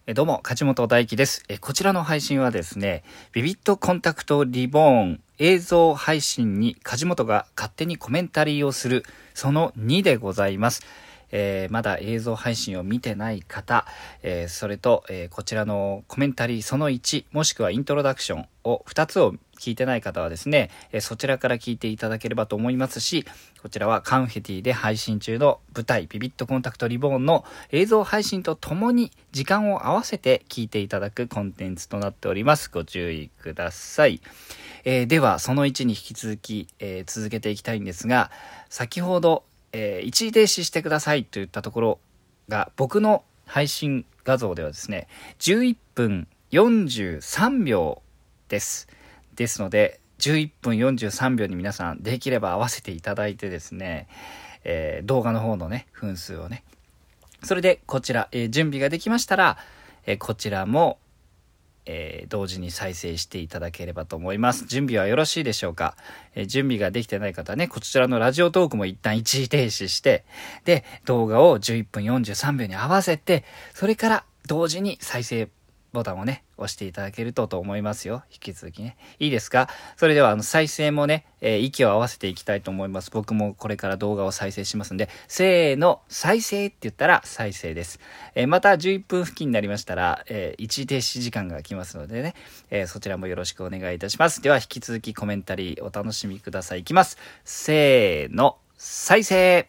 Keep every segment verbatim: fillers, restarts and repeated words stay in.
えどうも梶本大輝です。えこちらの配信はですね、ビビットコンタクトリボーン映像配信に梶本が勝手にコメンタリーをするそのにでございます。えー、まだ映像配信を見てない方、えー、それと、えー、こちらのコメンタリーそのいちもしくはイントロダクションをふたつを聞いてない方はですね、えー、そちらから聞いていただければと思いますし、こちらはカンフェティで配信中の舞台ビビットコンタクトリボーンの映像配信とともに時間を合わせて聞いていただくコンテンツとなっております。ご注意ください。えー、ではそのいちに引き続き、えー、続けていきたいんですが、先ほどえー、一時停止してくださいといったところが僕の配信画像ではですねじゅういっぷんよんじゅうさんびょうですですのでじゅういっぷんよんじゅうさんびょうに皆さんできれば合わせていただいてですね、えー、動画の方のね分数をねそれでこちら、えー、準備ができましたら、えー、こちらもえー、同時に再生していただければと思います。準備はよろしいでしょうか。えー、準備ができてない方はね、こちらのラジオトークも一旦一時停止して、で、動画をじゅういっぷんよんじゅうさんびょうに合わせて、それから同時に再生ボタンをね、押していただけるとと思いますよ。引き続きね。いいですか？それではあの再生もね、えー、息を合わせていきたいと思います。僕もこれから動画を再生しますんで、せーの、再生って言ったら再生です。えー、またじゅういっぷん付近になりましたら、えー、一時停止時間が来ますのでね、えー、そちらもよろしくお願いいたします。では引き続きコメンタリーお楽しみください。いきます。せーの、再生。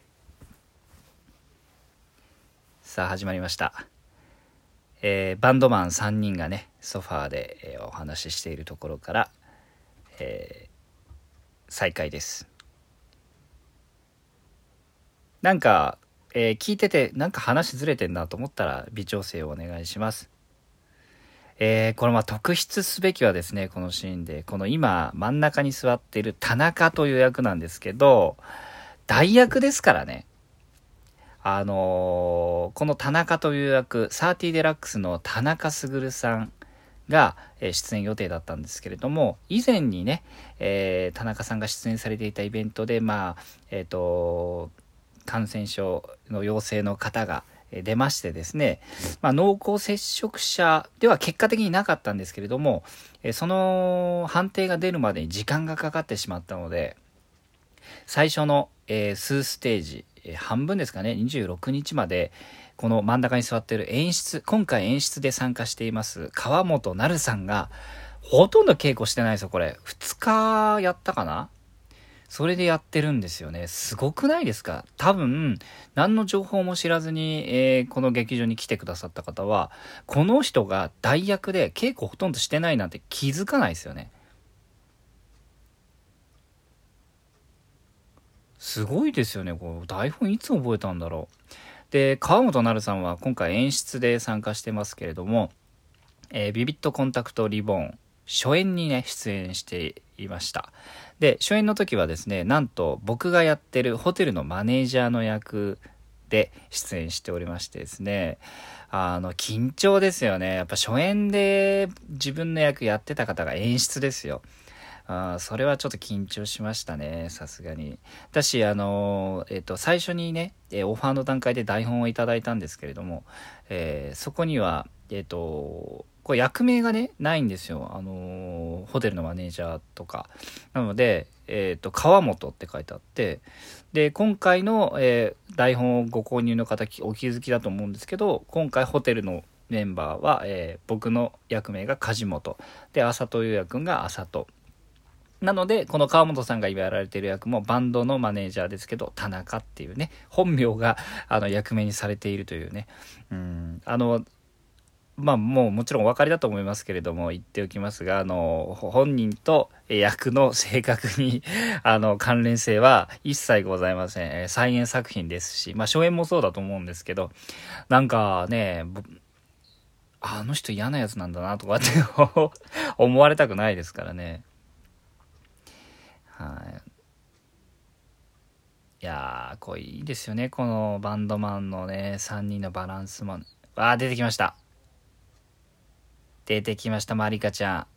さあ始まりました。えー、バンドマンさんにんがねソファーで、えー、お話ししているところから、えー、再開です。なんか、えー、聞いててなんか話ずれてんなと思ったら微調整をお願いします。えー、これまあ特筆すべきはですね、このシーンでこの今真ん中に座っている田中という役なんですけど、代役ですからね。あのー、この田中という役、サーティデラックスの田中卓さんが出演予定だったんですけれども、以前にね、えー、田中さんが出演されていたイベントで、まあ、えっと、感染症の陽性の方が出ましてですね、まあ、濃厚接触者では結果的になかったんですけれども、その判定が出るまでに時間がかかってしまったので、最初の、えー、数ステージ、えー、半分ですかね、にじゅうろくにちまでこの真ん中に座っている演出、今回演出で参加しています川本なるさんがほとんど稽古してないですよ。これふつかやったかな、それでやってるんですよね。すごくないですか？多分何の情報も知らずに、えー、この劇場に来てくださった方はこの人が代役で稽古ほとんどしてないなんて気づかないですよね。すごいですよね。こう台本いつ覚えたんだろう。で、川本なるさんは今回演出で参加してますけれども、えー、ビビットコンタクトリボーン初演にね出演していました。で、初演の時はですね、なんと僕がやってるホテルのマネージャーの役で出演しておりましてですね、あの緊張ですよね。やっぱ初演で自分の役やってた方が演出ですよ。あ、それはちょっと緊張しましたね、さすがに。だし、あの、えっと、最初にね、えオファーの段階で台本をいただいたんですけれども、えー、そこには、えっと、これ役名がね、ないんですよ。あの、ホテルのマネージャーとか。なので、えっと、川本って書いてあって、で、今回の、えー、台本をご購入の方、お気づきだと思うんですけど、今回ホテルのメンバーは、えー、僕の役名が梶本。で、浅戸優也くんが浅戸。なので、この川本さんが今やられている役もバンドのマネージャーですけど、田中っていうね、本名があの役名にされているというね。うん、あの、まあもうもちろんお分かりだと思いますけれども、言っておきますが、あの、本人と役の性格にあの関連性は一切ございません。再演作品ですし、まあ初演もそうだと思うんですけど、なんかね、あの人嫌なやつなんだなとかって思われたくないですからね。はい、いやー、これいいですよね。このバンドマンのね、さんにんのバランスも。あー、出てきました。出てきました、マリカちゃん。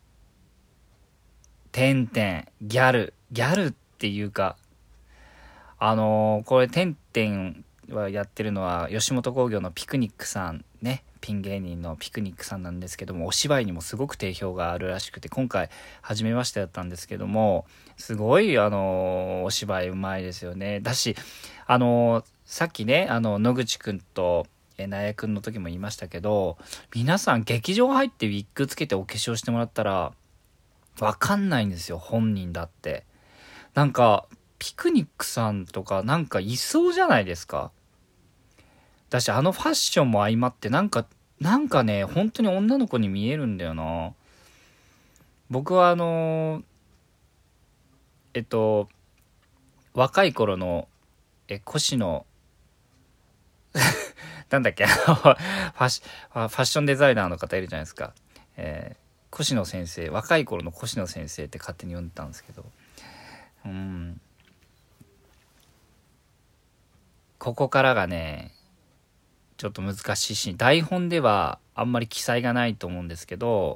てんてん、ギャル。ギャルっていうか、あのー、これ、てんてんはやってるのは、吉本興業のピクニックさんね。 ピン芸人のピクニックさんなんですけども、お芝居にもすごく定評があるらしくて、今回初めましてだったんですけども、すごいあのお芝居うまいですよね。だし、あのさっきね、あの野口くんとえなやくんの時も言いましたけど、皆さん劇場入ってウィッグつけてお化粧してもらったらわかんないんですよ、本人だって。なんかピクニックさんとかなんかいそうじゃないですか。だし、あのファッションも相まってなんかなんかね、本当に女の子に見えるんだよな。僕はあのえっと若い頃のえ越野なんだっけファッシファッションデザイナーの方いるじゃないですか。えー、越野先生、若い頃の越野先生って勝手に呼んでたんですけど、うん、ここからがねちょっと難しいし、台本ではあんまり記載がないと思うんですけど、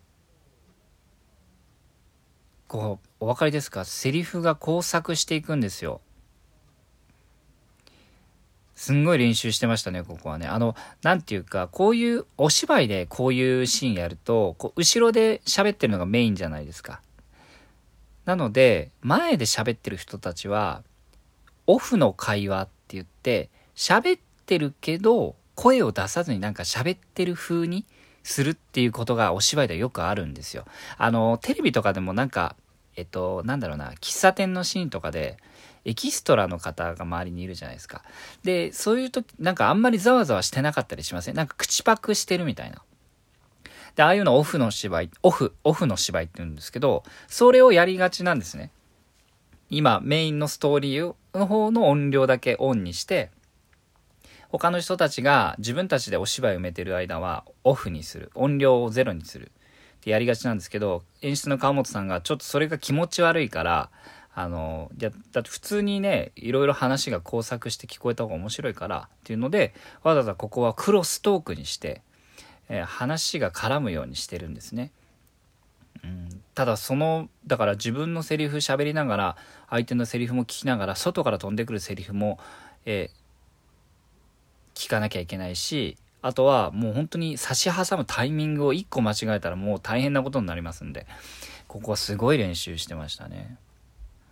こうお分かりですか？セリフが交錯していくんですよ。すんごい練習してましたね、ここはね。あの、なんていうか、こういうお芝居でこういうシーンやると、こう後ろで喋ってるのがメインじゃないですか。なので、前で喋ってる人たちは、オフの会話って言って、喋ってるけど、声を出さずになんか喋ってる風にするっていうことがお芝居ではよくあるんですよ。あの、テレビとかでもなんか、えっと、なんだろうな、喫茶店のシーンとかで、エキストラの方が周りにいるじゃないですか。で、そういう時、なんかあんまりざわざわしてなかったりしません？なんか口パクしてるみたいな。で、ああいうのオフの芝居、オフ、オフの芝居って言うんですけど、それをやりがちなんですね。今、メインのストーリーの方の音量だけオンにして、他の人たちが自分たちでお芝居を埋めてる間はオフにする。音量をゼロにする。ってやりがちなんですけど、演出の川本さんがちょっとそれが気持ち悪いから、あのいやだって普通にね、いろいろ話が交錯して聞こえた方が面白いからっていうので、わざわざここはクロストークにして、えー、話が絡むようにしてるんですね。うん、ただそのだから自分のセリフ喋りながら相手のセリフも聞きながら、外から飛んでくるセリフも、えー、聞かなきゃいけないし、あとはもう本当に差し挟むタイミングをいっこ間違えたらもう大変なことになりますんで、ここはすごい練習してましたね。うん、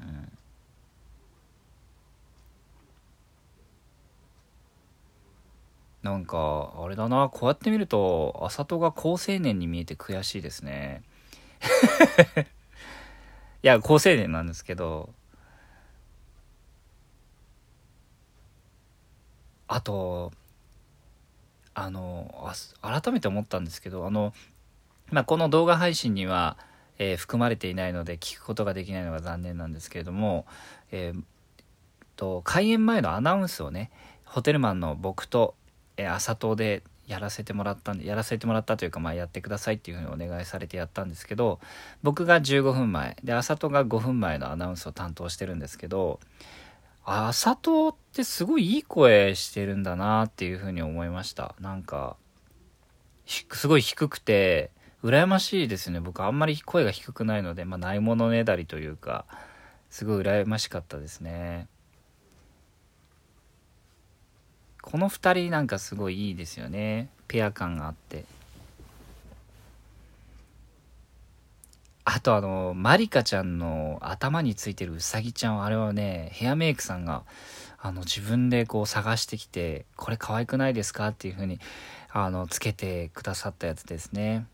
なんかあれだな、こうやって見るとあさとが好青年に見えて悔しいですね。いや好青年なんですけど、あとあのあ改めて思ったんですけど、あの、まあ、この動画配信には、えー含まれていないので聞くことができないのが残念なんですけれども、えーと開演前のアナウンスをね、ホテルマンの僕と、えー、朝党でやらせてもらったんでやらせてもらったというか、まあ、やってくださいっていうふうにお願いされてやったんですけど、僕がじゅうごふんまえで朝党がごふんまえのアナウンスを担当してるんですけど、朝党ってすごいいい声してるんだなっていうふうに思いました。なんかすごい低くて羨ましいですね。僕あんまり声が低くないので、まあ、ないものねだりというか、すごい羨ましかったですね。このふたりなんかすごいいいですよね。ペア感があって。あとあのマリカちゃんの頭についてるうさぎちゃん、あれはねヘアメイクさんがあの自分でこう探してきて、これ可愛くないですかっていう風にあのつけてくださったやつですね。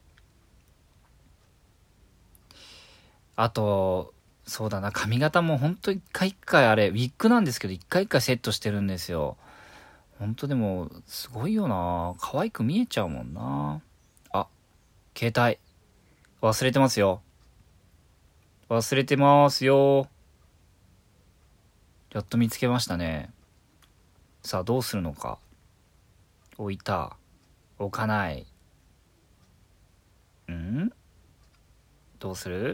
あとそうだな、髪型もほんと一回一回、あれウィッグなんですけど一回一回セットしてるんですよ。ほんとでもすごいよな、可愛く見えちゃうもんな。あ、携帯忘れてますよ。忘れてますよ。やっと見つけましたね。さあどうするのか。置いた、置かない、んどうする。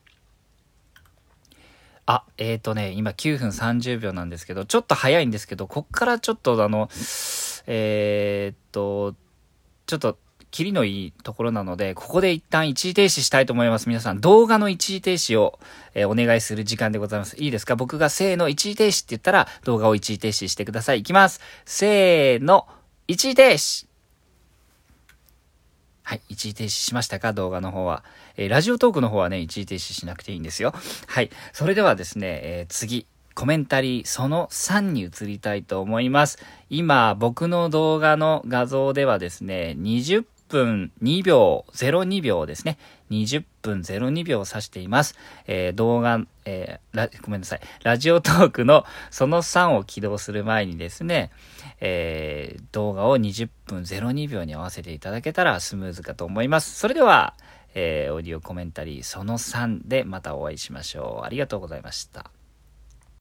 あ、えーとね、今きゅうふんさんじゅうびょうなんですけど、ちょっと早いんですけど、こっからちょっとあの、えーっと、ちょっと、キリのいいところなので、ここで一旦一時停止したいと思います。皆さん、動画の一時停止を、えー、お願いする時間でございます。いいですか？僕がせーの一時停止って言ったら、動画を一時停止してください。いきます。せーの、一時停止。 はい、一時停止しましたか、動画の方は。えー、ラジオトークの方はね、一時停止しなくていいんですよ。はい、それではですね、えー、次、コメンタリーそのさんに移りたいと思います。今、僕の動画の画像ではですね、にじゅっぷんにびょう、ゼロにびょうですね。にじゅっぷんゼロにびょうを指しています。えー、動画、えー、ラ、ごめんなさい。ラジオトークのそのさんを起動する前にですね、えー、動画をにじゅっぷんゼロにびょうに合わせていただけたらスムーズかと思います。それでは、えー、オーディオコメンタリーそのさんでまたお会いしましょう。ありがとうございました。